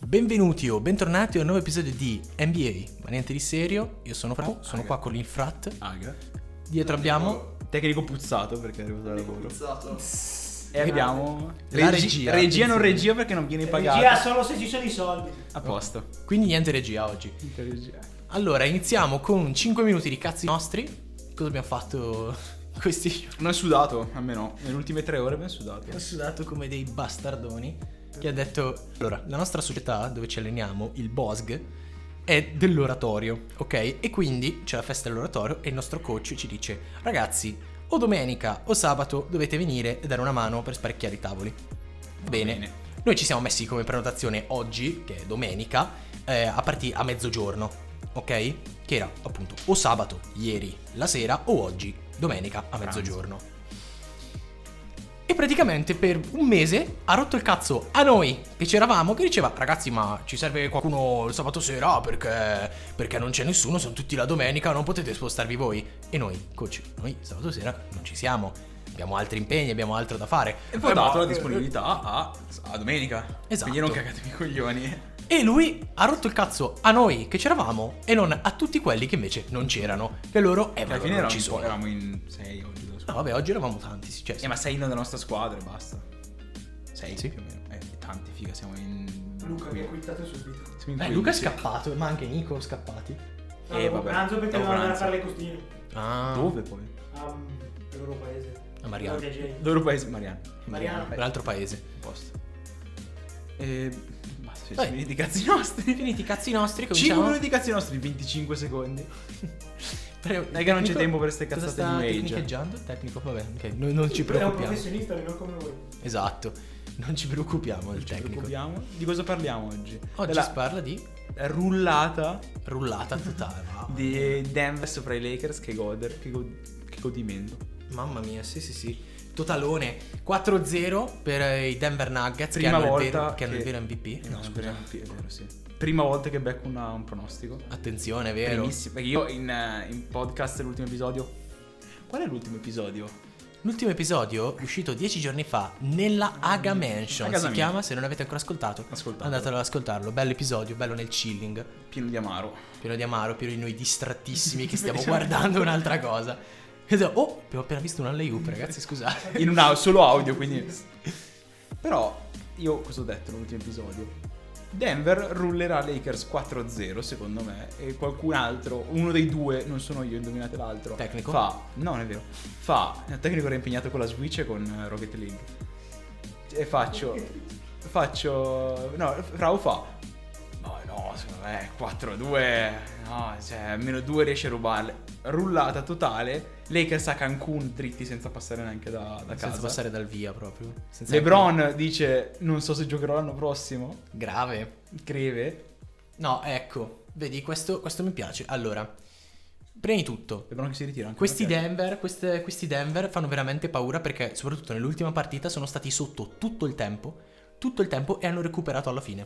Benvenuti o bentornati a un nuovo episodio di NBA, ma niente di serio. Io sono Fra, sono qua con il Frat. Aga. Dietro abbiamo Tecnico puzzato perché è arrivato da lavoro. Puzzato. E abbiamo La regia. Regia non regia perché non viene pagato. Regia solo se ci sono i soldi. A posto. quindi niente regia oggi. Regia. Allora, iniziamo con 5 minuti di cazzi nostri. Cosa abbiamo fatto questi giorni? Non è sudato, almeno nelle ultime 3 ore abbiamo sudato. Ho sudato come dei bastardoni. Che ha detto: allora, la nostra società dove ci alleniamo, il BOSG, è dell'oratorio, ok? E quindi c'è la festa dell'oratorio e il nostro coach ci dice: ragazzi, o domenica o sabato dovete venire e dare una mano per sparecchiare i tavoli. Bene. Noi ci siamo messi come prenotazione oggi, che è domenica, a mezzogiorno, ok? Che era appunto o sabato, ieri la sera, o oggi, domenica a mezzogiorno. E praticamente per un mese ha rotto il cazzo a noi che c'eravamo, che diceva: ragazzi, ma ci serve qualcuno il sabato sera perché non c'è nessuno, sono tutti la domenica, non potete spostarvi voi. E noi, coach, noi sabato sera non ci siamo, abbiamo altri impegni, abbiamo altro da fare. E poi ho dato la disponibilità a domenica. Esatto. Quindi non cagatemi i coglioni. E lui ha rotto il cazzo a noi che c'eravamo e non a tutti quelli che invece non c'erano. E loro, Alla ma fine non ci sono. eravamo in 6 oggi. No, vabbè, oggi eravamo tanti, cioè, Ma 6 della nostra squadra e basta. 6 Sì. più o meno. Tanti, figa, siamo in... Luca mi ha quittato subito. Siamo in Luca è 15. scappato, ma anche Nico è scappati. Dopo vabbè. pranzo perché Dopo dovevamo andare a pranzo. fare le costine. Ah, Dove poi? Nel loro paese. A Mariano. Guardia Jane. Loro paese, Mariano. Mariano. L'altro paese. Posto. E basta, ci Dai. sono finiti i cazzi nostri. Finiti i cazzi nostri, 5 cominciamo. minuti di cazzi nostri, 25 secondi. È che non c'è tempo per ste cazzate Cosa sta di New Age. tecnicheggiando? Tecnico, vabbè, ok, noi non ci È un preoccupiamo. professionista, non come voi. Esatto, non ci preoccupiamo del Ci tecnico. preoccupiamo. Di cosa parliamo oggi? Oggi Della si parla di rullata rullata totale. di Denver sopra i Lakers. Che godimento. Mamma mia, sì. Totalone 4-0 per i Denver Nuggets Prima che volta hanno il vero MVP. No, scusa, è vero, sì. Prima volta che becco un pronostico. Attenzione, è vero. Primissimo. Perché io in podcast l'ultimo episodio. Qual è l'ultimo episodio? L'ultimo episodio è uscito 10 giorni fa nella Aga Mansion. A casa Si mia. chiama, se non avete ancora ascoltato, Ascoltatelo. andatelo ad ascoltarlo. Bello episodio, bello nel chilling. Pieno di amaro. Pieno di amaro, pieno di noi distrattissimi che stiamo guardando un'altra cosa. Oh, abbiamo appena visto un alley-oop, ragazzi, scusate. In un solo audio, quindi. Però io cosa ho detto nell'ultimo episodio? Denver rullerà Lakers 4-0 secondo me. E qualcun altro, uno dei due, non sono io, indovinate l'altro. Tecnico? No, non è vero. Il tecnico era impegnato con la Switch e con Rocket League. E faccio. No, Frau fa. No, secondo me 4-2. No, cioè almeno 2 riesce a rubarle. Rullata totale. Lakers a Cancun dritti senza passare neanche da casa. Senza passare dal via proprio. Senza LeBron dice non so se giocherò l'anno prossimo. grave. Creve. No, ecco, vedi, questo mi piace. Allora, prima di tutto, LeBron che si ritira anche questi perché- questi Denver fanno veramente paura perché soprattutto nell'ultima partita sono stati sotto tutto il tempo e hanno recuperato alla fine.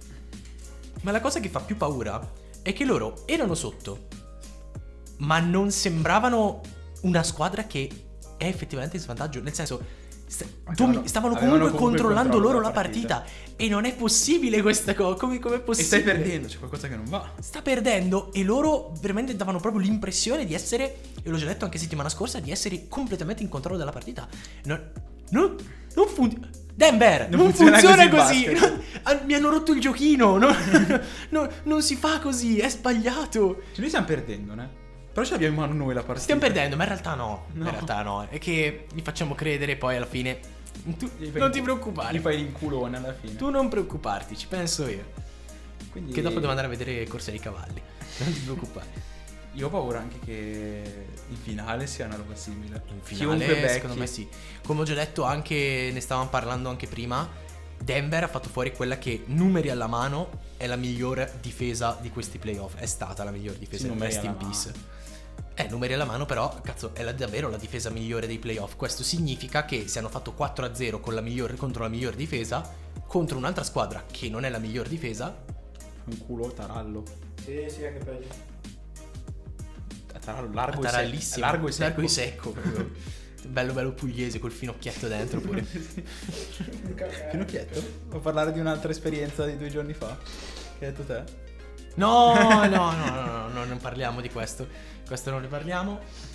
Ma la cosa che fa più paura è che loro erano sotto, ma non sembravano una squadra che è effettivamente in svantaggio, nel senso stavano avevano comunque controllando controllo loro della la partita e non è possibile questa cosa, come è E possibile? stai perdendo, c'è qualcosa che non va. Sta perdendo e loro veramente davano proprio l'impressione di essere, e l'ho già detto anche settimana scorsa, di essere completamente in controllo della partita. Non Denver, non funziona così. Mi hanno rotto il giochino. Non si fa così, è sbagliato. Cioè noi stiamo perdendo, ne? Però ce l'abbiamo in mano noi la partita. Stiamo perdendo, ma in realtà no. No. In realtà no. È che li facciamo credere poi alla fine. Tu Gli fai non il- ti preoccupare. Gli fai l'inculone alla fine. Tu non preoccuparti, ci penso io. Quindi Che dopo devo andare a vedere corse dei cavalli. Non ti preoccupare. Io ho paura anche che in finale sia una roba simile. In Chiunque finale, becchi. secondo me sì. Come ho già detto, anche ne stavamo parlando anche prima. Denver ha fatto fuori quella che, numeri alla mano, è la miglior difesa di questi playoff. È stata la miglior difesa. Sì, numeri Rest in alla peace. Numeri alla mano, però, cazzo, è davvero la difesa migliore dei playoff. Questo significa che se hanno fatto 4-0 contro la miglior difesa, contro un'altra squadra che non è la miglior difesa, Un culo tarallo. Sì, anche peggio. Tarallo largo tarallissimo, largo e secco. largo e secco proprio. bello pugliese col finocchietto dentro pure. Finocchietto? Vuoi parlare di un'altra esperienza di 2 giorni fa? Che hai detto te? No, non parliamo di questo. Questo non ne parliamo.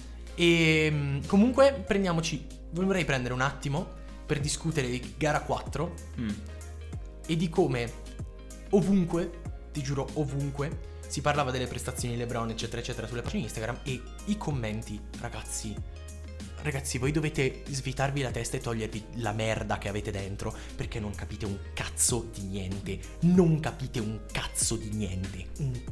E comunque vorrei prendere un attimo per discutere di gara 4 e di come ovunque, ti giuro ovunque, si parlava delle prestazioni di LeBron eccetera eccetera sulle pagine Instagram e i commenti, ragazzi, voi dovete svitarvi la testa e togliervi la merda che avete dentro, perché non capite un cazzo di niente. Non capite un cazzo di niente.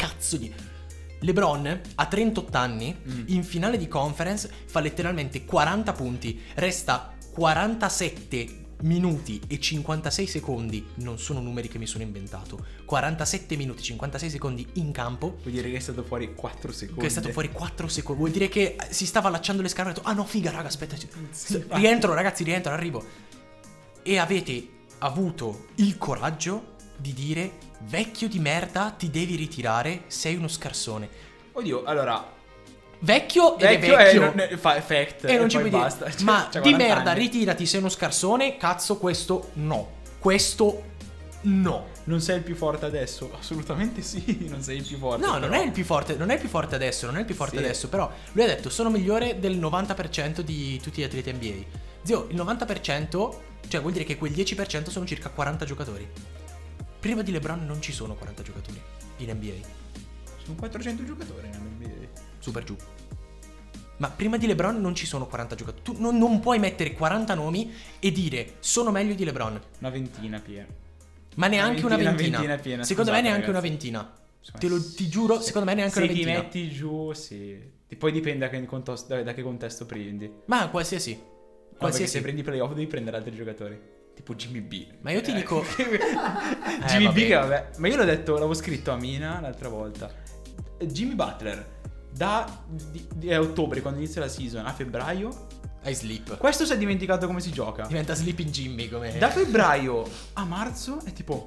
LeBron a 38 anni in finale di conference fa letteralmente 40 punti, resta 47 minuti e 56 secondi, non sono numeri che mi sono inventato, 47 minuti e 56 secondi in campo. Vuol dire che è stato fuori 4 secondi. Che è stato fuori 4 secondi. Vuol dire che si stava allacciando le scarpe e ha detto: ah no, figa, raga, aspetta, rientro, ragazzi, arrivo. E avete avuto il coraggio di dire: vecchio di merda, ti devi ritirare, sei uno scarsone. Oddio, allora, vecchio ed è vecchio. Fact. E non ci poi puoi basta. dire. Ma C'ha di 40 merda, anni. ritirati, sei uno scarsone. Cazzo, questo no. Questo no. Non sei il più forte adesso? Assolutamente sì, non sei il più forte. No, però. non è il più forte adesso, Sì. però lui ha detto sono migliore del 90% di tutti gli atleti NBA. Zio, il 90%, cioè vuol dire che quel 10% sono circa 40 giocatori. Prima di LeBron non ci sono 40 giocatori in NBA. Sono 400 giocatori in NBA. Super giù. Ma prima di LeBron non ci sono 40 giocatori. Tu non puoi mettere 40 nomi e dire sono meglio di LeBron. Una ventina piena. Ma neanche una ventina. piena. Secondo Scusate, me neanche una ragazzi. ventina. Insomma, Ti giuro, secondo me neanche se una ventina. ti metti giù, sì. Poi dipende da che contesto prendi. Ma qualsiasi. No, perché Qualsiasi. se prendi playoff devi prendere altri giocatori. Tipo Jimmy B. Ma io ti dico Jimmy B, vabbè. che vabbè. Ma io l'ho detto, l'avevo scritto a Mina l'altra volta. Jimmy Butler da ottobre, quando inizia la season, a febbraio, I sleep. questo si è dimenticato come si gioca. Diventa Sleeping Jimmy come. Da febbraio a marzo è tipo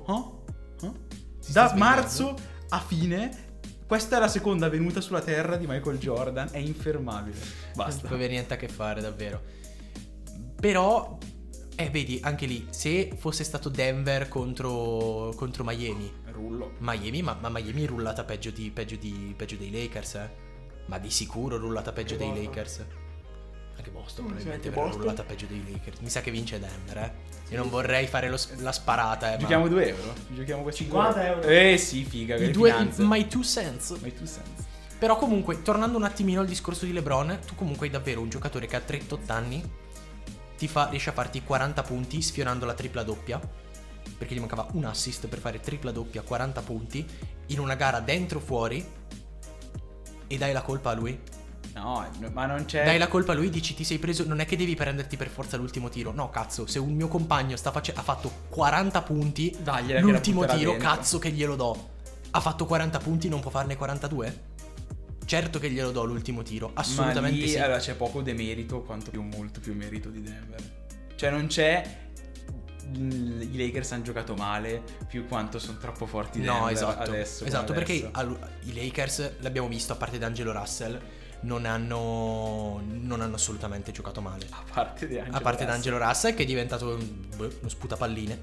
Si sta da svegliando. marzo a fine. Questa è la seconda venuta sulla terra di Michael Jordan. È infermabile. Basta. Non può avere niente a che fare, davvero. Però, vedi, anche lì, se fosse stato Denver contro Miami. Rullo. Miami, ma Miami è rullata peggio dei Lakers, Ma di sicuro rullata peggio Anche dei Boston. Lakers. Anche Boston Sì, probabilmente anche verrà Boston. rullata peggio dei Lakers. Mi sa che vince Denver, Io non vorrei fare la sparata, Giochiamo 2 euro. Giochiamo questi 50 euro. Sì, figa. i che due finanze. my two cents. My two cents. Però comunque, tornando un attimino al discorso di LeBron, tu comunque hai davvero un giocatore che a 38 anni riesce a farti 40 punti sfiorando la tripla doppia, perché gli mancava un assist per fare tripla doppia, 40 punti in una gara dentro fuori, e dai la colpa a lui. No, ma non c'è. Dai la colpa a lui, dici ti sei preso, non è che devi prenderti per forza l'ultimo tiro. No, cazzo, se un mio compagno ha fatto 40 punti Dagliela che l'ultimo la butterà tiro, dentro. cazzo che glielo do. Ha fatto 40 punti, non può farne 42? Certo che glielo do l'ultimo tiro, assolutamente Ma lì, sì. allora c'è poco demerito quanto più molto più merito di Denver. Cioè non c'è i Lakers hanno giocato male più quanto sono troppo forti Denver No, esatto. adesso. Esatto, come perché adesso. i Lakers, l'abbiamo visto, a parte D'Angelo Russell, non hanno assolutamente giocato male. A parte D'Angelo A parte Russell. D'Angelo Russell, che è diventato uno sputapalline.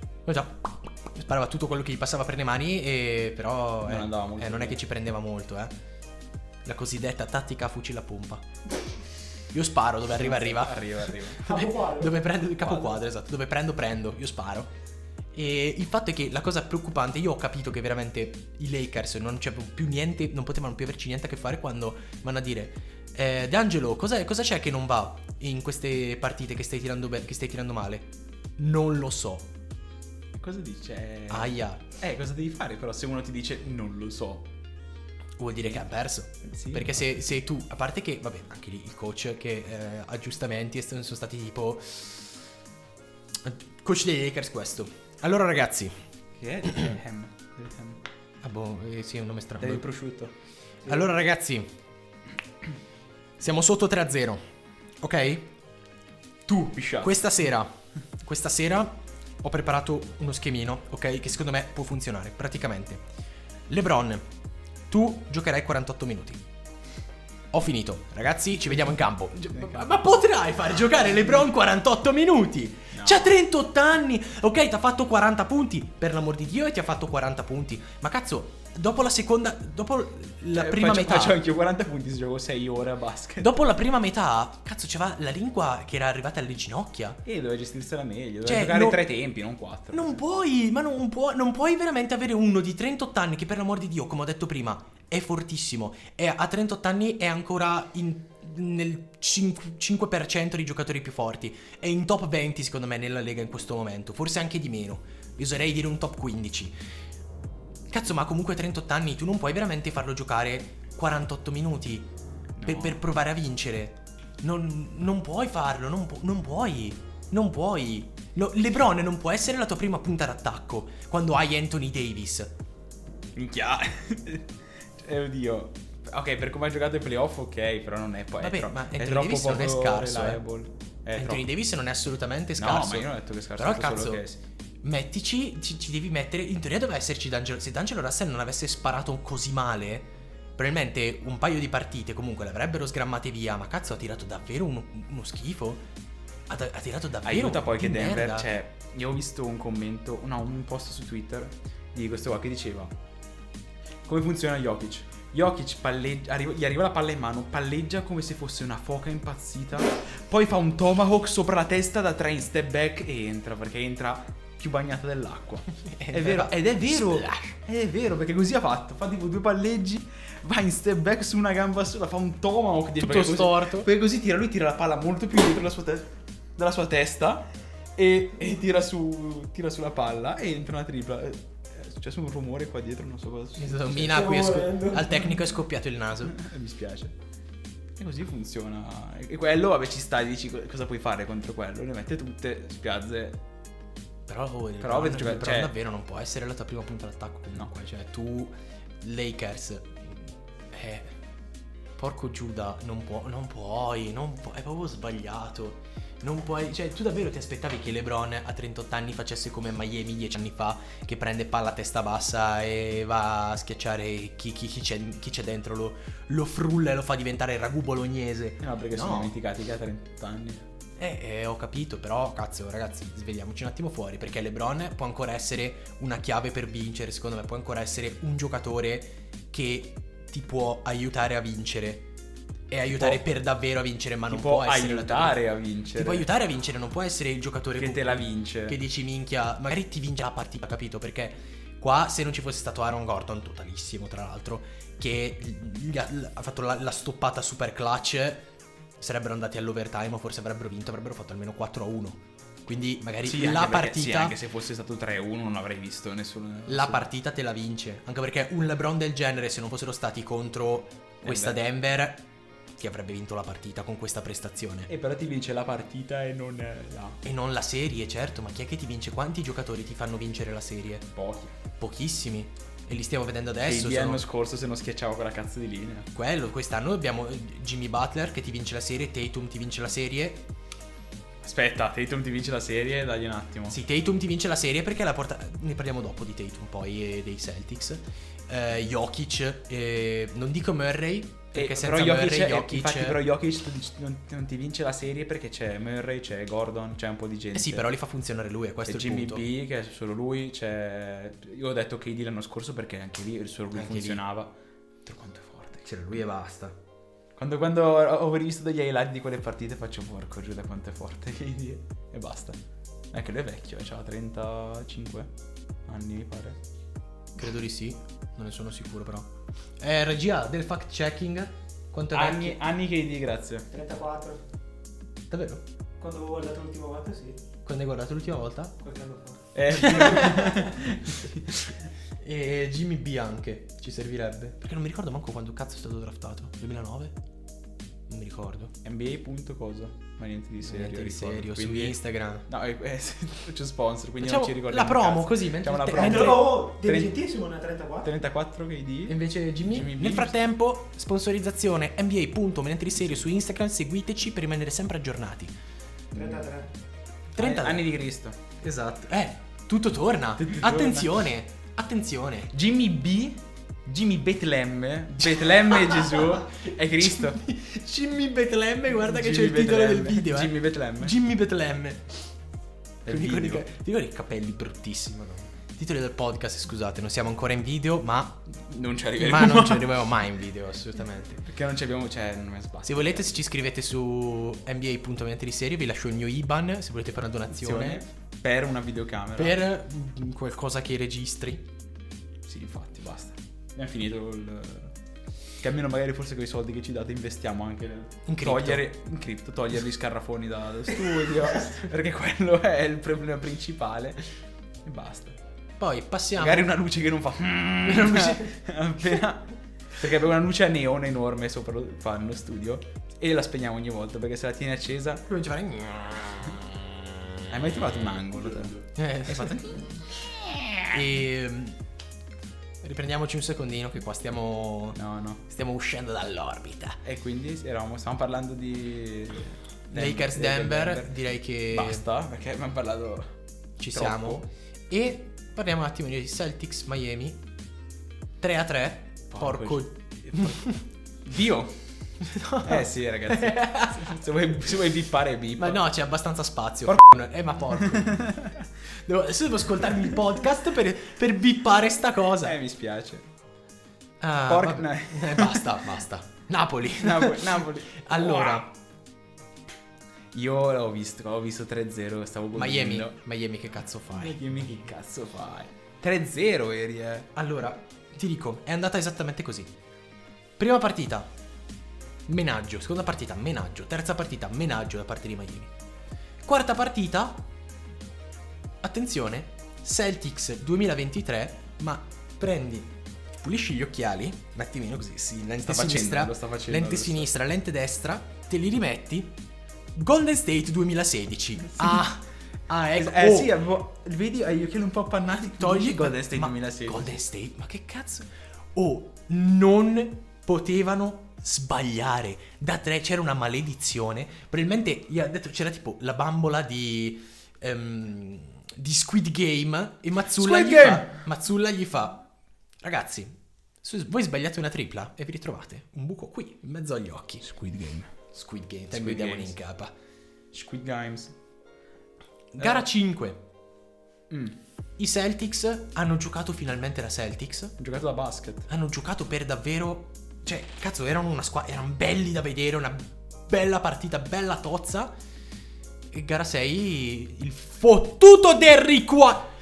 Sparava tutto quello che gli passava per le mani, però Non andava molto non è bene. che ci prendeva molto, La cosiddetta tattica a fucile a pompa. Io sparo, dove arriva. Arriva. Capo quadro. Dove prendo il capo quadro, esatto. Dove prendo, io sparo. E il fatto è che la cosa preoccupante, io ho capito che veramente i Lakers non c'è più niente, non potevano più averci niente a che fare quando vanno a dire D'Angelo, cosa c'è che non va in queste partite che stai tirando male? Non lo so. Cosa dice? Aia. Cosa devi fare però se uno ti dice non lo so? Vuol dire che ha perso. Sì. Perché se tu, a parte che, vabbè, anche lì il coach che aggiustamenti sono stati tipo coach dei Lakers questo. Allora ragazzi, Che è? Ham. sì, è un nome strano. Del prosciutto. Allora ragazzi, siamo sotto 3-0. Ok? Tu, pisciato. Questa sera ho preparato uno schemino, ok? Che secondo me può funzionare, praticamente. LeBron, tu giocherai 48 minuti. Ho finito, ragazzi, ci vediamo in campo. Ma potrai far giocare LeBron 48 minuti? No. C'ha 38 anni. Ok, ti ha fatto 40 punti, per l'amor di Dio, e ti ha fatto 40 punti. Ma cazzo, dopo la prima metà, Faccio anche io 40 punti se gioco 6 ore a basket. dopo la prima metà, cazzo, c'era la lingua che era arrivata alle ginocchia. E doveva gestirsela meglio, doveva Cioè, giocare no- 3 tempi, non 4. Non puoi, ma non puoi veramente avere uno di 38 anni che, per l'amor di Dio, come ho detto prima, è fortissimo. E a 38 anni è ancora nel 5% dei giocatori più forti. È in top 20 secondo me nella Lega in questo momento, forse anche di meno. Io oserei dire un top 15. Cazzo, ma comunque a 38 anni tu non puoi veramente farlo giocare 48 minuti per provare a vincere. Non puoi farlo, non puoi. No, LeBron non può essere la tua prima punta d'attacco quando hai Anthony Davis. Minchia. Oddio. Ok, per come ha giocato i playoff, ok, però non è poi. Vabbè, è ma è Anthony troppo Davis non è poco scarso, reliable. È Anthony troppo. Davis non è assolutamente No, scarso. ma io non ho detto che è scarso. Però ho detto cazzo, solo che mettici, ci devi mettere. In teoria doveva esserci D'Angelo. Se D'Angelo Russell non avesse sparato così male, probabilmente un paio di partite comunque l'avrebbero sgrammate via. Ma cazzo, ha tirato davvero uno schifo. Ha tirato davvero. aiuta poi che di Denver, merda. cioè, io ho visto un commento, no, un post su Twitter di questo qua che diceva: come funziona Jokic? Jokic palleggia, gli arriva la palla in mano, palleggia come se fosse una foca impazzita, poi fa un tomahawk sopra la testa da 3 in step back e entra, perché entra più bagnata dell'acqua. È vero, ed è vero, Splash. è vero, perché così ha fatto, fa tipo 2 palleggi, va in step back su una gamba sola, fa un tomahawk dietro, Tutto perché così- storto. Perché così lui tira la palla molto più dietro dalla sua testa e tira sulla palla e entra una tripla. È successo un rumore qua dietro, non so cosa sia successo. Mina, qui Stiamo morendo. al tecnico è scoppiato il naso. Mi spiace. E così funziona. E quello, vabbè, ci sta, dici cosa puoi fare contro quello. Le mette tutte, spiazze. Però avete giocato- cioè- davvero non può essere la tua prima punta d'attacco comunque. Cioè tu Lakers porco Giuda, non puoi, è proprio sbagliato. Non puoi, cioè tu davvero ti aspettavi che LeBron a 38 anni facesse come Miami 10 anni fa, che prende palla a testa bassa e va a schiacciare chi c'è dentro, lo frulla e lo fa diventare il ragù bolognese. No, perché No. sono dimenticati che ha 30 anni. Ho capito, però cazzo ragazzi, svegliamoci un attimo fuori, perché LeBron può ancora essere una chiave per vincere, secondo me può ancora essere un giocatore che ti può aiutare a vincere e aiutare per davvero a vincere, ma Ti non può può essere aiutare a vincere. ti può aiutare a vincere, non può essere il giocatore Che te la vince. che dici minchia, magari ti vince la partita, capito? Perché qua se non ci fosse stato Aaron Gordon, totalissimo tra l'altro, che ha fatto la stoppata super clutch, sarebbero andati all'overtime o forse avrebbero vinto, avrebbero fatto almeno 4-1. Quindi magari Sì, la anche perché- partita, sì, anche se fosse stato 3-1 non avrei visto nessuno. la partita te la vince. Anche perché un LeBron del genere, se non fossero stati contro questa Denver, ti avrebbe vinto la partita con questa prestazione. E però ti vince la partita e non la... E non la serie, certo, ma chi è che ti vince? Quanti giocatori ti fanno vincere la serie? Pochi. Pochissimi. E li stiamo vedendo E adesso. l'anno scorso se non schiacciavo quella cazzo di linea. Quello, quest'anno abbiamo Jimmy Butler che ti vince la serie, Tatum ti vince la serie. Aspetta, Tatum ti vince la serie, dagli un attimo. Sì, Tatum ti vince la serie perché la porta... Ne parliamo dopo di Tatum poi e dei Celtics. Jokic, non dico Murray, perché senza però Murray Jokic, infatti però Jokic non ti vince la serie perché c'è Murray, c'è Gordon, c'è un po' di gente. sì, però li fa funzionare lui, è questo c'è il Jimmy punto. B, che è solo lui, c'è... Io ho detto KD l'anno scorso perché anche lì solo lui Anche lì. funzionava. Quanto è forte. C'era lui e basta. Quando ho rivisto degli highlight di quelle partite faccio porco giù da quanto è forte KD e basta. Anche lui è vecchio, ha 35 anni mi pare. Credo di sì, non ne sono sicuro però. Regia del fact checking, quanto è vecchio? Anni KD, grazie. 34. Davvero? Quando avevo guardato l'ultima volta, sì. Quando hai guardato l'ultima volta? Qualche anno fa. E Jimmy B anche ci servirebbe. Perché non mi ricordo manco quando cazzo è stato draftato. 2009? Non mi ricordo. NBA. Cosa? Ma niente di serio. Niente di ricordo. serio, Quindi- su Instagram. No, c'è sponsor, quindi Facciamo non ci ricordiamo la un promo cazzo. così, mentre Facciamo la te- promo. mentre- Oh, Tre- delicentissimo, una 34. 34 E KD. invece Jimmy Jimmy B. nel frattempo, sponsorizzazione NBA.mentre serio su Instagram, seguiteci per rimanere sempre aggiornati. 33. 30 Anni di Cristo. Esatto. Tutto torna. Tutto torna. Attenzione. Attenzione. Jimmy B Jimmy Betlemme e Gesù è Cristo. Jimmy Betlemme, guarda che c'è Jimmy il titolo del Betlemme. video. Jimmy Betlemme. Jimmy Betlemme. È il Ti video. ricordi i capelli bruttissimo, no? Titoli del podcast, scusate, non siamo ancora in video, ma Non ci arriveremo. ma non ci arriviamo mai in video, assolutamente. Perché non ci abbiamo, cioè, non è spazio. Se volete, se ci scrivete su nba.mente di serie, vi lascio il mio IBAN se volete fare una donazione Per una videocamera. per qualcosa che registri. Sì, infatti, basta. Abbiamo finito il... Che almeno magari forse con i soldi che ci date investiamo anche In cripto. togliere gli scarrafoni dallo studio. Perché quello è il problema principale. E basta. Poi passiamo. Magari una luce che non fa. Appena. Perché abbiamo una luce a neone enorme sopra nello studio. E la spegniamo ogni volta perché se la tieni accesa. Comincia a fare. Hai mai trovato un angolo? Te? Hai fatto. E riprendiamoci un secondino che qua stiamo No. uscendo dall'orbita. E quindi stavamo parlando di Lakers Denver, direi che basta, perché abbiamo parlato ci troppo. siamo. E parliamo un attimo di Celtics Miami 3-3. Porco Dio. Sì, ragazzi. se vuoi bippare bippa. Ma no, c'è abbastanza spazio. Ma porco. Adesso devo ascoltarmi il podcast per bippare sta cosa. Mi spiace. Vabbè. Basta. Napoli. Napoli. Allora, Io l'ho visto 3-0, stavo godendo. Miami che cazzo fai? Miami che cazzo fai? 3-0 eri, Allora, ti dico, è andata esattamente così. Prima partita, menaggio. Seconda partita, menaggio. Terza partita, menaggio da parte di Miami. Quarta partita, attenzione, Celtics 2023, ma pulisci gli occhiali, un attimino così, sì, lente sinistra, lo sta facendo lente adesso. sinistra, lente destra, te li rimetti. Golden State 2016. Ecco. Sì, vedi, hai gli occhiali un po' appannati. Togli Golden State ma 2016. Golden State, ma che cazzo? Non potevano sbagliare. Da 3 c'era una maledizione. Probabilmente gli ha detto, c'era tipo la bambola di Squid Game. E Mazzulla gli fa: ragazzi, voi sbagliate una tripla e vi ritrovate un buco qui in mezzo agli occhi. Squid Game, Tengo i demoni in capa. Squid Games. Gara 5. I Celtics hanno giocato finalmente da Celtics. Ho giocato da basket. Hanno giocato per davvero. Cioè, cazzo, erano una squadra. Erano belli da vedere. Una bella partita, bella tozza. E gara 6. Il fottuto Derrick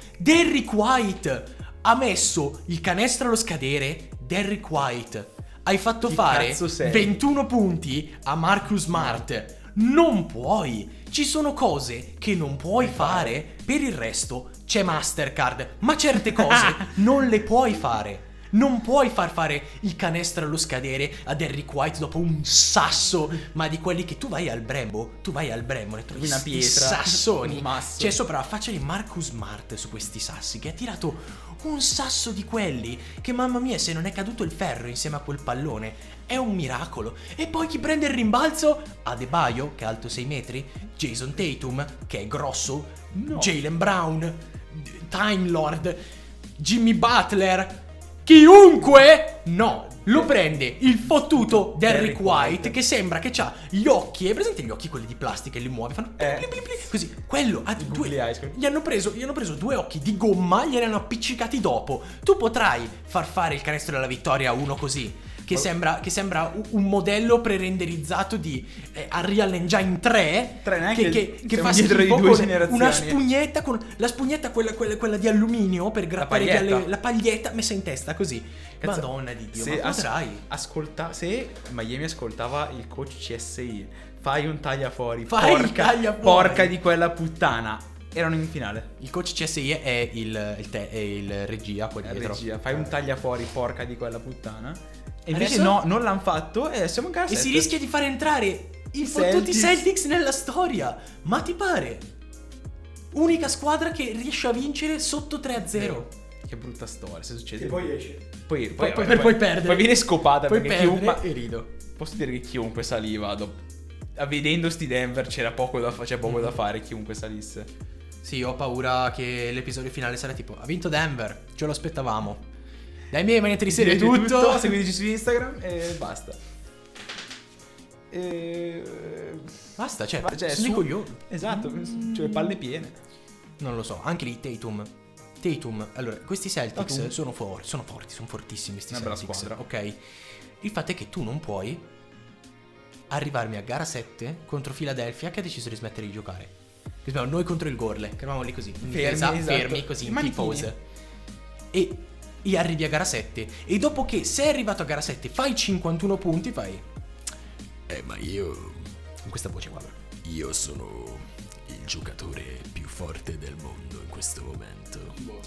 White ha messo il canestro allo scadere. Derrick White, hai fatto Chi fare cazzo sei? 21 punti a Marcus Smart. Non puoi. Ci sono cose che non puoi fare. Per il resto c'è Mastercard. Ma certe cose non le puoi fare. Non puoi far fare il canestro allo scadere a Derrick White dopo un sasso. Ma di quelli che tu vai al Brembo ne trovi Una sti pietra, sassoni. un masso. C'è sopra la faccia di Marcus Smart su questi sassi, che ha tirato un sasso di quelli che, mamma mia, se non è caduto il ferro insieme a quel pallone è un miracolo. E poi chi prende il rimbalzo? Adebayo, che è alto 6 metri, Jason Tatum, che è grosso, Jaylen Brown, Time Lord, Jimmy Butler, chiunque no, lo prende il fottuto Derrick White, che sembra che ha gli occhi, hai presente gli occhi quelli di plastica e li muove, fanno pli, pli, pli, così, quello ha gli hanno preso 2 occhi di gomma, glieli hanno appiccicati dopo. Tu potrai far fare il canestro della vittoria a uno così, che sembra un modello pre-renderizzato di Unreal Engine 3 che fa dietro di schifo 2 con generazioni. una spugnetta, con la spugnetta quella di alluminio per grattare la paglietta messa in testa così. Cazzo, Madonna di Dio, se ma potrai se Miami ascoltava il coach CSI, fai un tagliafuori, tagliafuori. porca di quella puttana. Erano in finale. Il coach CSI è il regia qua dietro. Fai un tagliafuori, porca di quella puttana. E invece Adesso? no, non l'hanno fatto e siamo in gara 7. E si rischia di fare entrare i fottuti Celtics nella storia. Ma ti pare? Unica squadra che riesce a vincere sotto 3-0. Che brutta storia, se succede. E poi esce. Poi perdere. Poi viene scopata Poi perché perdere chiunque... e rido. Posso dire che chiunque saliva vedendo sti Denver c'è poco da fare chiunque salisse. Sì, ho paura che l'episodio finale sarà tipo: ha vinto Denver, ce lo aspettavamo. Dai miei maniaci di serie è tutto. Seguiteci su Instagram e basta. Basta, cioè, Cioè, sono dei coglioni. Esatto, cioè palle piene. Non lo so, anche lì Tatum, allora, questi Celtics Tatum. sono forti, sono fortissimi sti Una bella Celtics, squadra. ok? Il fatto è che tu non puoi arrivarmi a gara 7 contro Philadelphia che ha deciso di smettere di giocare. Che sappiamo, noi contro il Gorle, che eravamo lì così, in difesa, esatto. fermi così, in Manichini. tifose. E arrivi a gara 7 e dopo che sei arrivato a gara 7 fai 51 punti, fai ma io con questa voce qua, io sono il giocatore più forte del mondo in questo momento.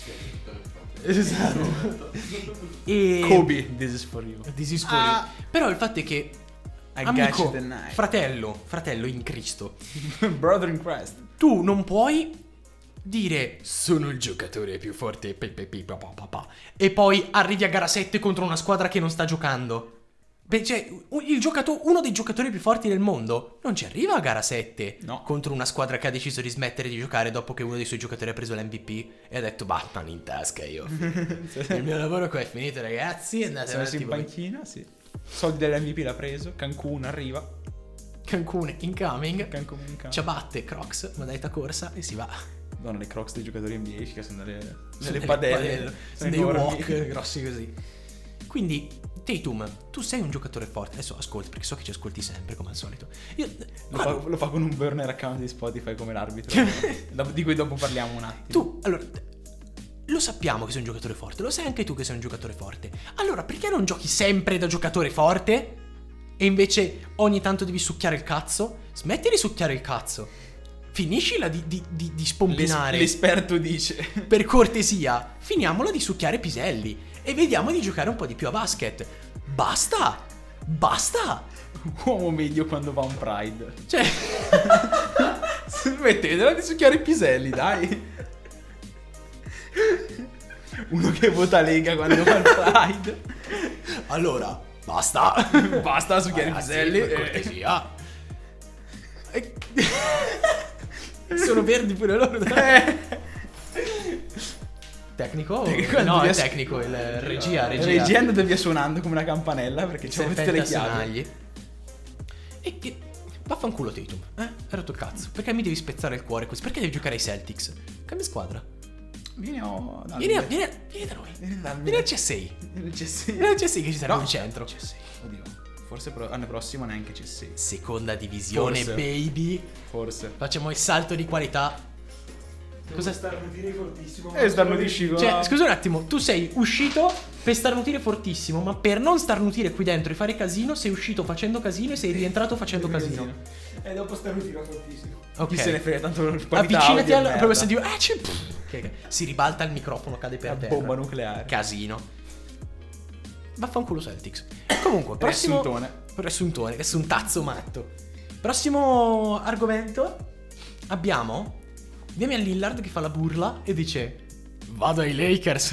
Esatto. E Kobe, this is for you. This is for you. Però il fatto è che I got amico, you tonight. fratello in Cristo, Brother in Christ. tu non puoi dire sono il giocatore più forte e poi arrivi a gara 7 contro una squadra che non sta giocando. Beh, cioè, uno dei giocatori più forti del mondo non ci arriva a gara 7 No. contro una squadra che ha deciso di smettere di giocare dopo che uno dei suoi giocatori ha preso l'MVP e ha detto mano in tasca io. Il mio lavoro qua è finito, ragazzi, andate Siamo messi avanti in voi. panchina, sì. Soldi dell'MVP l'ha preso. Cancun arriva. Cancun incoming, Cancun in campo. ciabatte, Crocs, modalità corsa e si va. Madonna, le Crocs dei giocatori NBA che sono delle Delle padelle. sono dei enormi. walk grossi così. Quindi Tatum, tu sei un giocatore forte. Adesso ascolti, perché so che ci ascolti sempre come al solito. Lo fa con un burner account di Spotify come l'arbitro. Di cui dopo parliamo un attimo. Tu, allora, lo sappiamo che sei un giocatore forte, lo sai anche tu che sei un giocatore forte. Allora, perché non giochi sempre da giocatore forte? E invece ogni tanto devi succhiare il cazzo? Smetti di succhiare il cazzo. Finiscila di spompinare. L'esperto dice. Per cortesia, finiamola di succhiare piselli e vediamo di giocare un po' di più a basket. Basta! Basta! Uomo medio quando va a un Pride. Cioè, Smettetela di succhiare i piselli, dai. Uno che vota Lega quando va al Pride. allora, basta! Basta succhiare i Ragazzi, piselli. per cortesia. Sono verdi pure loro. Tecnico? Tecnico, No, è devi- tecnico, il regia. Regia andando via suonando come una campanella perché c'è tutte le chiavi. Serpente a E che vaffanculo Tatum, hai rotto il cazzo. Perché mi devi spezzare il cuore così? Perché devi giocare ai Celtics? Cambia squadra. Vieni da noi. Vieni da noi. Vieni al CSI. Vieni al CSI che ci serve No. un centro. Oddio. Forse l'anno prossimo neanche C6. Seconda divisione, Forse. baby. Forse. Facciamo il salto di qualità. Cosa starnutire fortissimo. starnutisci Cioè, scusa un attimo, tu sei uscito per starnutire fortissimo, ma per non starnutire qui dentro e fare casino, sei uscito facendo casino e sei rientrato facendo casino. E dopo starnutire fortissimo. Ok. Chi se ne frega tanto Avvicinati al... merda. proprio sentivo... si ribalta il microfono, cade per La terra. bomba nucleare. Casino. Vaffanculo Celtics. Comunque, prossimo... Riassuntone, che è un tazzo matto. Prossimo argomento. Abbiamo Damian Lillard che fa la burla e dice vado ai Lakers.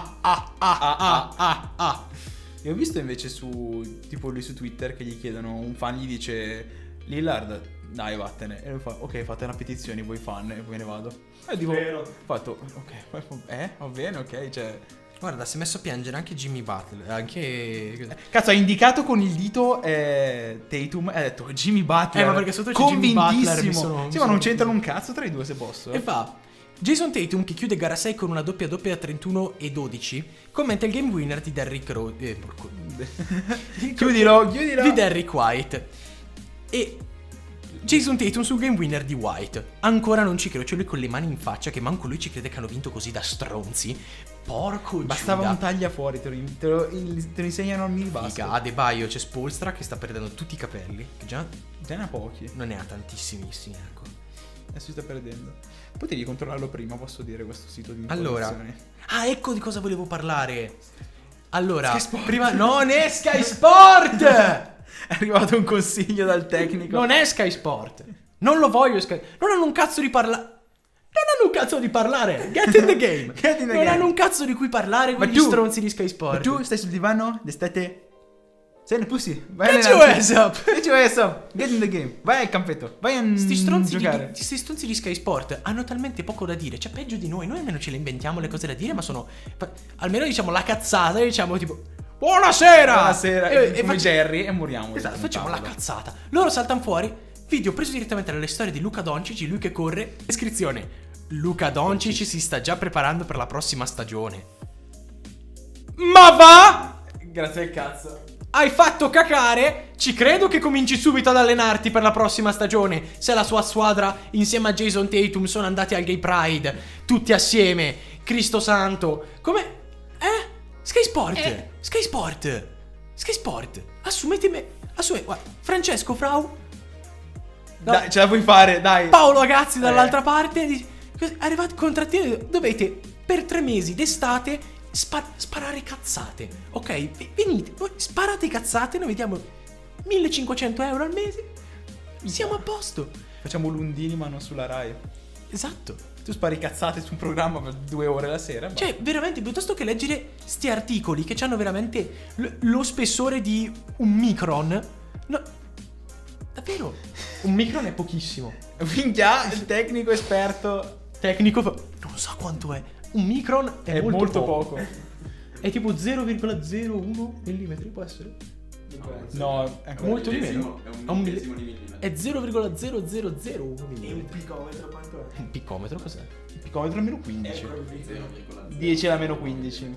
Io ho visto invece su tipo lui su Twitter che gli chiedono, un fan gli dice Lillard dai vattene, e lui fa ok fate una petizione voi fan e poi me ne vado. E dico Vero. ho fatto ok va bene ok cioè Guarda, si è messo a piangere anche Jimmy Butler. Anche... cazzo ha indicato con il dito Tatum e ha detto Jimmy Butler ma perché sotto c'è Jimmy Butler, mi sono- sì ma non c'entrano un cazzo tra i due se posso. E fa Jason Tatum che chiude gara 6 con una doppia doppia da 31 e 12. Commenta il game winner di Derrick Rose. Chiudilo. Di Derrick White. E Jason Tatum sul game winner di White. Ancora non ci credo. C'è lui con le mani in faccia che manco lui ci crede che hanno vinto così da stronzi. Porco Bastava Giuda. un taglia fuori, te lo insegnano al mini basket. Figa, Adebayo c'è Spolstra che sta perdendo tutti i capelli. Che già Te ne ha pochi. non ne ha tantissimissimi, ecco. Adesso si sta perdendo. Potevi controllarlo prima, posso dire, questo sito di Allora, informazioni. ecco di cosa volevo parlare. Allora, Sky Sport. prima non è Sky Sport! È arrivato un consiglio dal tecnico. Non è Sky Sport. Non lo voglio Sky. Non hanno un cazzo di parlare. Non hanno un cazzo di parlare. Get in the game. Get in the non game. hanno un cazzo di cui parlare Ma quegli tu- stronzi di Sky Sport. Ma tu stai sul divano d'estate? Sei nel pussy. Vai Get your ass up. Get your ass up. Get in the game. Vai al campetto. Vai a Sti giocare. stronzi di Sky Sport hanno talmente poco da dire. Cioè, peggio di noi. Noi almeno ce le inventiamo le cose da dire, ma sono. Almeno diciamo la cazzata. Diciamo tipo. Buonasera! Buonasera. E come Jerry e moriamo. Esatto, facciamo la cazzata. Loro saltano fuori. Video preso direttamente dalle storie di Luka Doncic. Lui che corre. Descrizione: Luka Doncic si sta già preparando per la prossima stagione. Ma va! Grazie al cazzo. Hai fatto cacare? Ci credo che cominci subito ad allenarti per la prossima stagione. Se la sua squadra insieme a Jason Tatum sono andati al Gay Pride, tutti assieme. Cristo santo. Come? Sky Sport. Sky Sport. Sky Sport. Assumete me. Guarda, Francesco Frau. No. Dai, ce la puoi fare, dai. Paolo Gazzi dall'altra parte. Arrivate contrattino. Dovete per 3 mesi d'estate sparare cazzate. Ok, venite, voi sparate cazzate, noi vediamo 1.500 euro al mese. Siamo a posto. Facciamo l'Undini ma non sulla Rai. Esatto. Tu spari cazzate su un programma per 2 ore la sera. Cioè, veramente, piuttosto che leggere sti articoli che hanno veramente lo spessore di un micron. No, davvero, un micron è pochissimo. Minchia, il tecnico esperto. Tecnico non so quanto è. Un micron è molto poco. È tipo 0,01 mm, può essere? No, è ancora molto di meno. È un millesimo di millimetro. È 0,0001 E un mm. picometro quanto è? Un picometro cos'è? il picometro è meno 15. 0,0. 10 alla meno 15.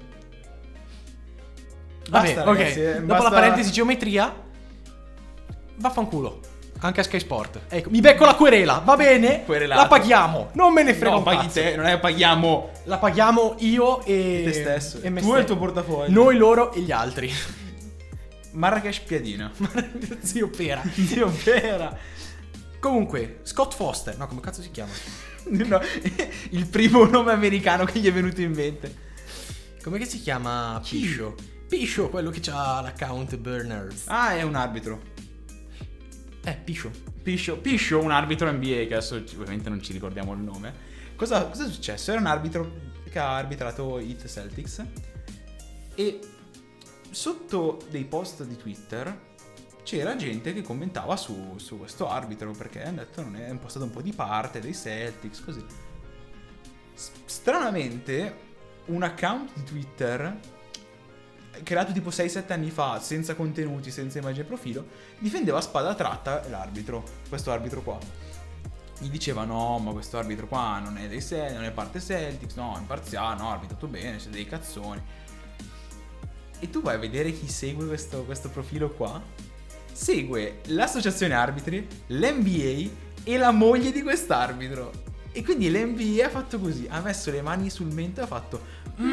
Vabbè, Basta, ok. ragazzi, Dopo basta- la parentesi geometria, vaffanculo. Anche a Sky Sport. Ecco, mi becco la querela, va bene? Querelato. La paghiamo. Non me ne frega No, un paghi cazzo. te, non è che paghiamo La paghiamo io e te stesso. e me Tu e il stesso. tuo portafoglio. Noi, loro e gli altri. Marrakesh piadina. Zio Pera. Dio vera. Comunque, Scott Foster. No, come cazzo si chiama? No, il primo nome americano che gli è venuto in mente. Come che si chiama? Piscio. Piscio, quello che ha l'account Burners. Ah, è un arbitro. Piscio. Piscio, un arbitro NBA che adesso ovviamente non ci ricordiamo il nome. Cosa è successo? Era un arbitro che ha arbitrato Heat Celtics e sotto dei post di Twitter c'era gente che commentava su questo arbitro perché hanno detto non è impostato un po' di parte dei Celtics, così. Stranamente un account di Twitter creato tipo 6-7 anni fa, senza contenuti, senza immagine e profilo, difendeva a spada tratta l'arbitro, questo arbitro qua. Gli diceva no, ma questo arbitro qua non è dei Celtics, non è parte Celtics, no, è imparziale, no, ha arbitrato bene, c'è dei cazzoni. E tu vai a vedere chi segue questo profilo qua. Segue l'associazione arbitri, l'NBA e la moglie di quest'arbitro. E quindi l'NBA ha fatto così, ha messo le mani sul mento e ha fatto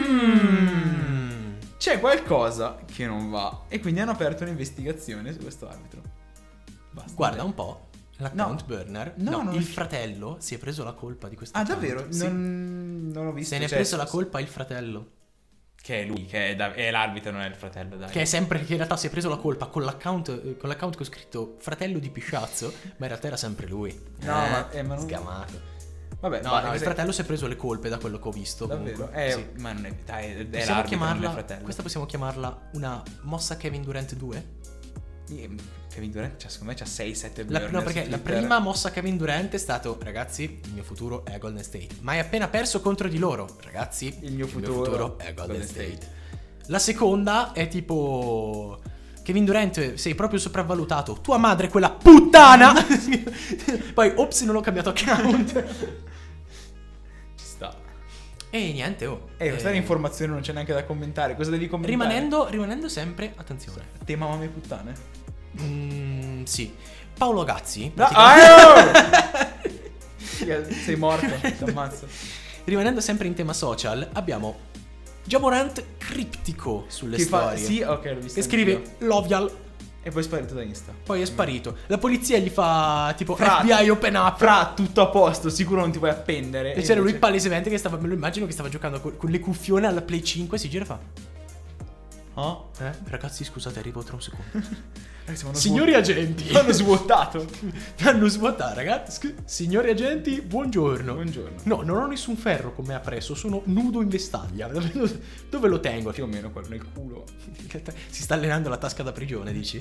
c'è qualcosa che non va. E quindi hanno aperto un'investigazione su questo arbitro. Basta. Guarda un po'. L'account No. burner. No, non il è- fratello si è preso la colpa di questo Ah, account. davvero? Sì. Non l'ho visto. Se ne è Cioè, preso la colpa il fratello. Che è lui, che è l'arbitro, non è il fratello, dai. Che è sempre che in realtà si è preso la colpa con l'account che ho scritto fratello di Pisciazzo, ma in realtà era sempre lui. No, ma non... Sgamato. Vabbè, No, ma no, il cos'è? fratello si è preso le colpe da quello che ho visto. Davvero? Comunque. Sì. Ma non è... Dai, è Possiamo l'arbitro, non è il chiamarla, fratello. questa possiamo chiamarla una mossa Kevin Durant 2? Kevin Durant, cioè, secondo me c'ha 6-7 No, perché la prima mossa Kevin Durant è stato, ragazzi, il mio futuro è Golden State. Ma hai appena perso contro di loro, ragazzi, Il mio futuro è Golden State. La seconda è tipo... Kevin Durant, sei proprio sopravvalutato. Tua madre è quella puttana. Poi, ops, non ho cambiato account. Ci sta. E niente, Questa è un'informazione, non c'è neanche da commentare. Cosa devi commentare? Rimanendo sempre, attenzione. Tema mamme puttane. Sì. Paolo Gazzi. No, praticamente- Sei morto, ti ammazzo. Rimanendo sempre in tema social, abbiamo Jamorant criptico sulle storie. Sì, ok, l'ho visto. Che scrive anch'io. Lovial, E poi è sparito da Insta. poi è sparito. La polizia gli fa tipo Fra- FBI open up. Fra, tutto a posto, sicuro non ti puoi appendere. E c'era lui invece- palesemente che stava, me lo immagino che stava giocando con le cuffione alla Play 5 e si gira e fa Oh? Ragazzi, scusate, arrivo tra un secondo. Siamo Signori agenti, hanno svuotato. mi hanno svuotato, ragazzi. Signori agenti, buongiorno. Buongiorno. No, non ho nessun ferro con me appresso, sono nudo in vestaglia. Dove lo tengo? Più o meno quello nel culo. Si sta allenando la tasca da prigione, dici?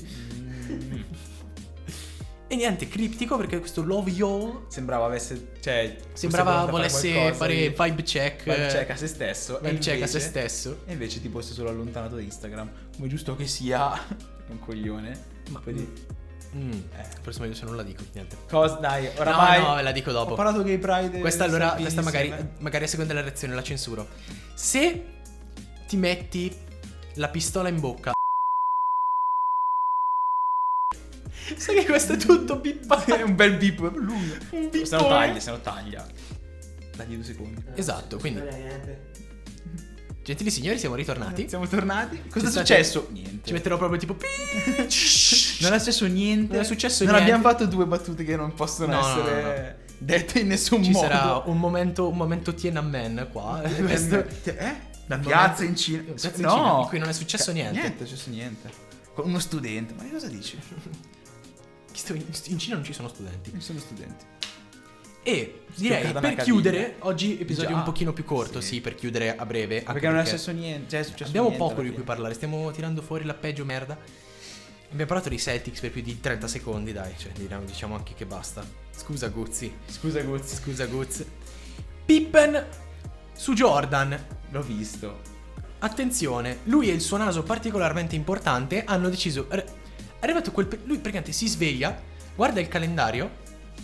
E niente, criptico perché questo Love Y'all Sembrava avesse, cioè, sembrava fosse volesse qualcosa fare di- vibe check. vibe check a se stesso. Vibe e check a invece- se stesso. E invece ti fosse solo allontanato da Instagram. Come giusto che sia, un coglione. Ma Poi di- il prossimo video se non la dico, niente. Cosa, dai, oramai. No, ve la dico dopo. Ho parlato Gay Pride. Questa allora, Salvini questa magari, insieme. magari a seconda della reazione la censuro. Se ti metti la pistola in bocca. Sai che questo è tutto pippato. È un bel beep lungo. Un Se no bippone. taglia. Dagli 2 secondi. Esatto, quindi Niente. gentili signori, siamo ritornati. Siamo tornati. Cosa è Ci successo? Niente. Ci metterò proprio tipo Non è successo niente. Non è successo non niente. abbiamo fatto 2 battute che non possono No, essere dette in nessun Ci modo. sarà un momento Tiananmen qua. Questo La Non piazza è- in Cina. piazza in No. Cina, in cui non è successo niente. Niente, è successo niente. Con uno studente. Ma che cosa dici? In Cina non ci sono studenti. Non sono studenti. E direi Schioccata per una chiudere, caviglia. oggi episodio Già. un pochino più corto, Sì. sì, per chiudere a breve. anche Perché non è successo niente. Cioè, è successo abbiamo niente poco alla di cui fine. parlare, stiamo tirando fuori la peggio merda. Abbiamo parlato dei Celtics per più di 30 secondi, dai, cioè diciamo anche che basta. Scusa Guzzi, Scusa, Guzzi. scusa Guz. Pippen su Jordan. L'ho visto. Attenzione, lui e il suo naso particolarmente importante hanno deciso. È arrivato lui praticamente si sveglia, guarda il calendario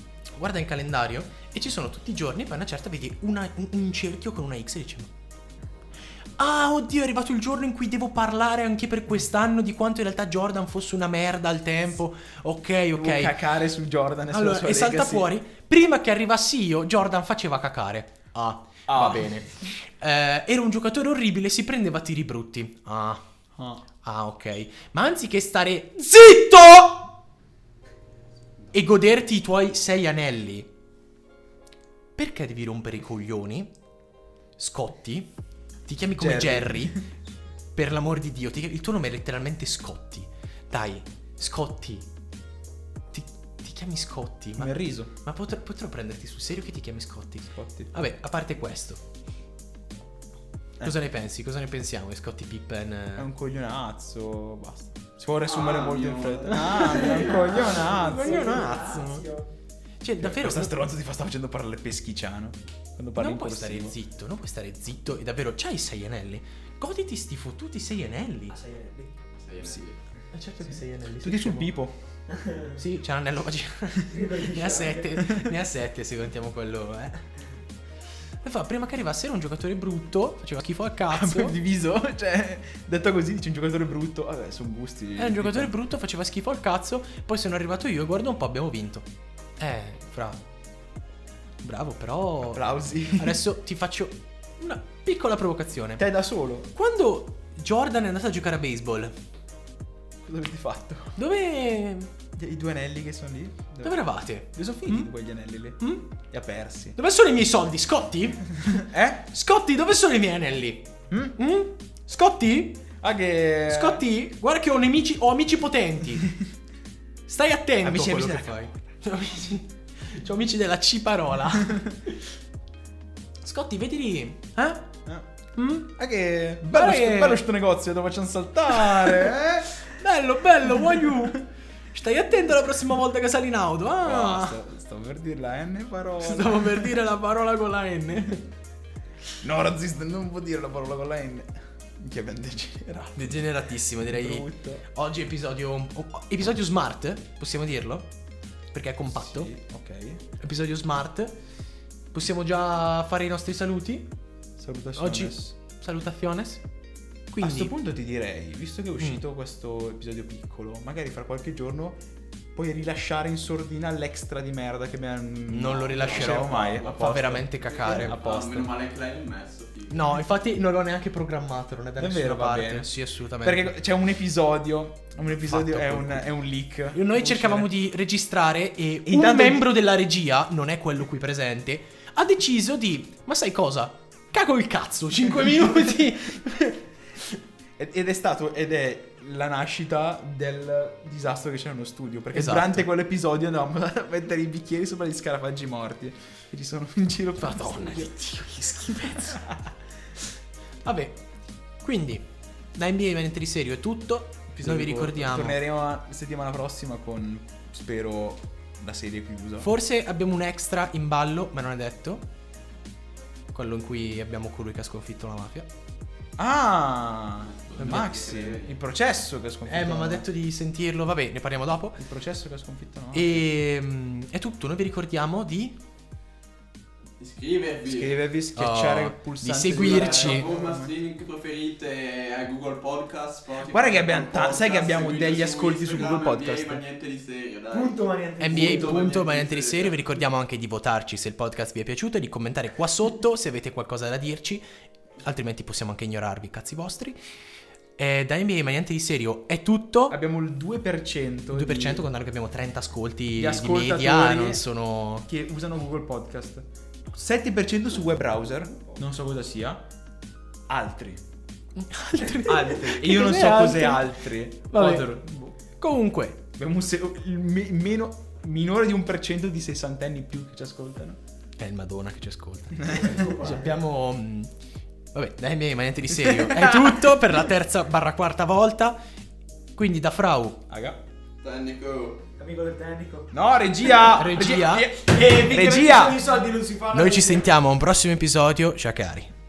e ci sono tutti i giorni, poi a una certa vedi un cerchio con una X e dice: ah, oddio, è arrivato il giorno in cui devo parlare anche per quest'anno di quanto in realtà Jordan fosse una merda al tempo. Ok. Devo cacare su Jordan e sulla Allora, sua e salta legacy. fuori, prima che arrivassi io, Jordan faceva cacare. Va bene. Era un giocatore orribile, si prendeva tiri brutti. Ok. Ma anziché stare zitto e goderti i tuoi 6 anelli, perché devi rompere i coglioni? Scotti? Ti chiami come Jerry? Per l'amor di Dio, il tuo nome è letteralmente Scotti. Dai, Scotti. Ti chiami Scotti? Come il riso. Ma potrò prenderti sul serio che ti chiami Scotti? Scotti. Vabbè, a parte questo, cosa ne pensi? Cosa ne pensiamo di Scottie Pippen? È un coglionazzo. Basta. Si può riassumere molto in mio. fretta. È un coglionazzo. Coglionazzo. Cioè, davvero, Questa stronza ti sta facendo parlare peschiciano. Quando parli non in puoi stare corsivo. zitto, non puoi stare zitto. E davvero, c'hai 6 anelli. Goditi sti fottuti 6 anelli. Ah, sei anelli. Sì. Certo che 6 anelli. Tutti sul pipo. Sì, c'è un anello ne ha 7. Ne ha 7 se contiamo quello, E fa, prima che arrivasse era un giocatore brutto, faceva schifo al cazzo. Diviso. Cioè, detto così, dici un giocatore brutto. Vabbè, sono gusti. Era un giocatore brutto, faceva schifo al cazzo. Poi sono arrivato io e guarda un po', abbiamo vinto. Bravo, però. Applausi. Adesso ti faccio una piccola provocazione. Te da solo. Quando Jordan è andato a giocare a baseball, Cosa avete fatto? dove I 2 anelli che sono lì? Dove eravate? Dove sono finiti quegli anelli lì? Mm? Li ha persi. Dove sono i miei soldi, Scotti? Eh? Scotti, dove sono i miei anelli? Mm? Mm? Scotti? Ah, che. Scotti? Guarda che ho amici potenti. Stai attento Amici a quello della che fai. C'ho amici della C-parola. Scotti, vedi lì. Mm? Ah, che. Guarda che- Bello sto negozio, lo facciamo saltare, Bello, voglio. Stai attento la prossima volta che sali in auto. Stavo per dire la N parola. Stavo per dire la parola con la N. No, razzista, non può dire la parola con la N. Che abbiamo degenerato. Degeneratissimo, direi. Brutto. Oggi episodio smart, possiamo dirlo? Perché è compatto. Sì, ok. Episodio smart. Possiamo già fare i nostri saluti. Salutazioni. Oggi salutaciones. A Quindi questo punto ti direi, visto che è uscito questo episodio piccolo, magari fra qualche giorno puoi rilasciare in sordina l'extra di merda che non lo rilascerò facevo mai. Fa A posto. veramente cacare. A posto. Meno male che l'hai messo. figo. No, infatti non l'ho neanche programmato, non è da Davvero, nessuna va parte. bene. Sì, assolutamente. Perché c'è un episodio Fatto è un leak. Noi cercavamo di registrare e un intanto- membro della regia, non è quello qui presente, ha deciso di, ma sai cosa? Cago il cazzo, 5 minuti. Ed è la nascita del disastro che c'era nello studio. Perché Esatto. durante quell'episodio andavamo a mettere i bicchieri sopra gli scarafaggi morti che ci sono in giro per lo Madonna di studio. Dio, che schifezza. Vabbè, quindi da NBA niente di serio è tutto. Noi vi ricordiamo. Torneremo la settimana prossima con, spero, la serie chiusa. Forse abbiamo un extra in ballo, ma non è detto. Quello in cui abbiamo colui che ha sconfitto la mafia. Ah, Maxi, il processo che ha sconfitto. Ma mi ha la- detto di sentirlo. Vabbè, ne parliamo dopo. Il processo che ha sconfitto. No? E è tutto. Noi vi ricordiamo di Iscrivervi. Schiacciare Oh, il pulsante di seguirci. Piattaforma streaming preferite a Google Podcast, Spotify, Guarda che abbiamo Apple sai che abbiamo Podcast, degli seguiteci ascolti su Instagram, Google Podcast. NBA, ma niente di serio, dai. Punto ma niente. NBA. Ma niente di serio. Vi ricordiamo anche di votarci se il podcast vi è piaciuto e di commentare qua sotto se avete qualcosa da dirci. Altrimenti possiamo anche ignorarvi, cazzi vostri. Da NBA ma niente di serio è tutto. Abbiamo il 2%. 2% quando noi abbiamo 30 ascolti di di ascoltatori media, non sono... che usano Google Podcast. 7% su web browser, non so cosa sia. Altri. Altri. E io non so cos'è altri. Vabbè. Other. Comunque, Abbiamo minore di 1% di 60 anni più che ci ascoltano. è il Madonna che ci ascolta. Abbiamo... vabbè, dai miei, ma niente di serio. È tutto per la terza / quarta volta. Quindi da Frau, Raga. Tecnico. Amico del tecnico. No, regia. Regia. E Regia. i soldi non si fanno. noi ci sentiamo a un prossimo episodio. Ciao cari.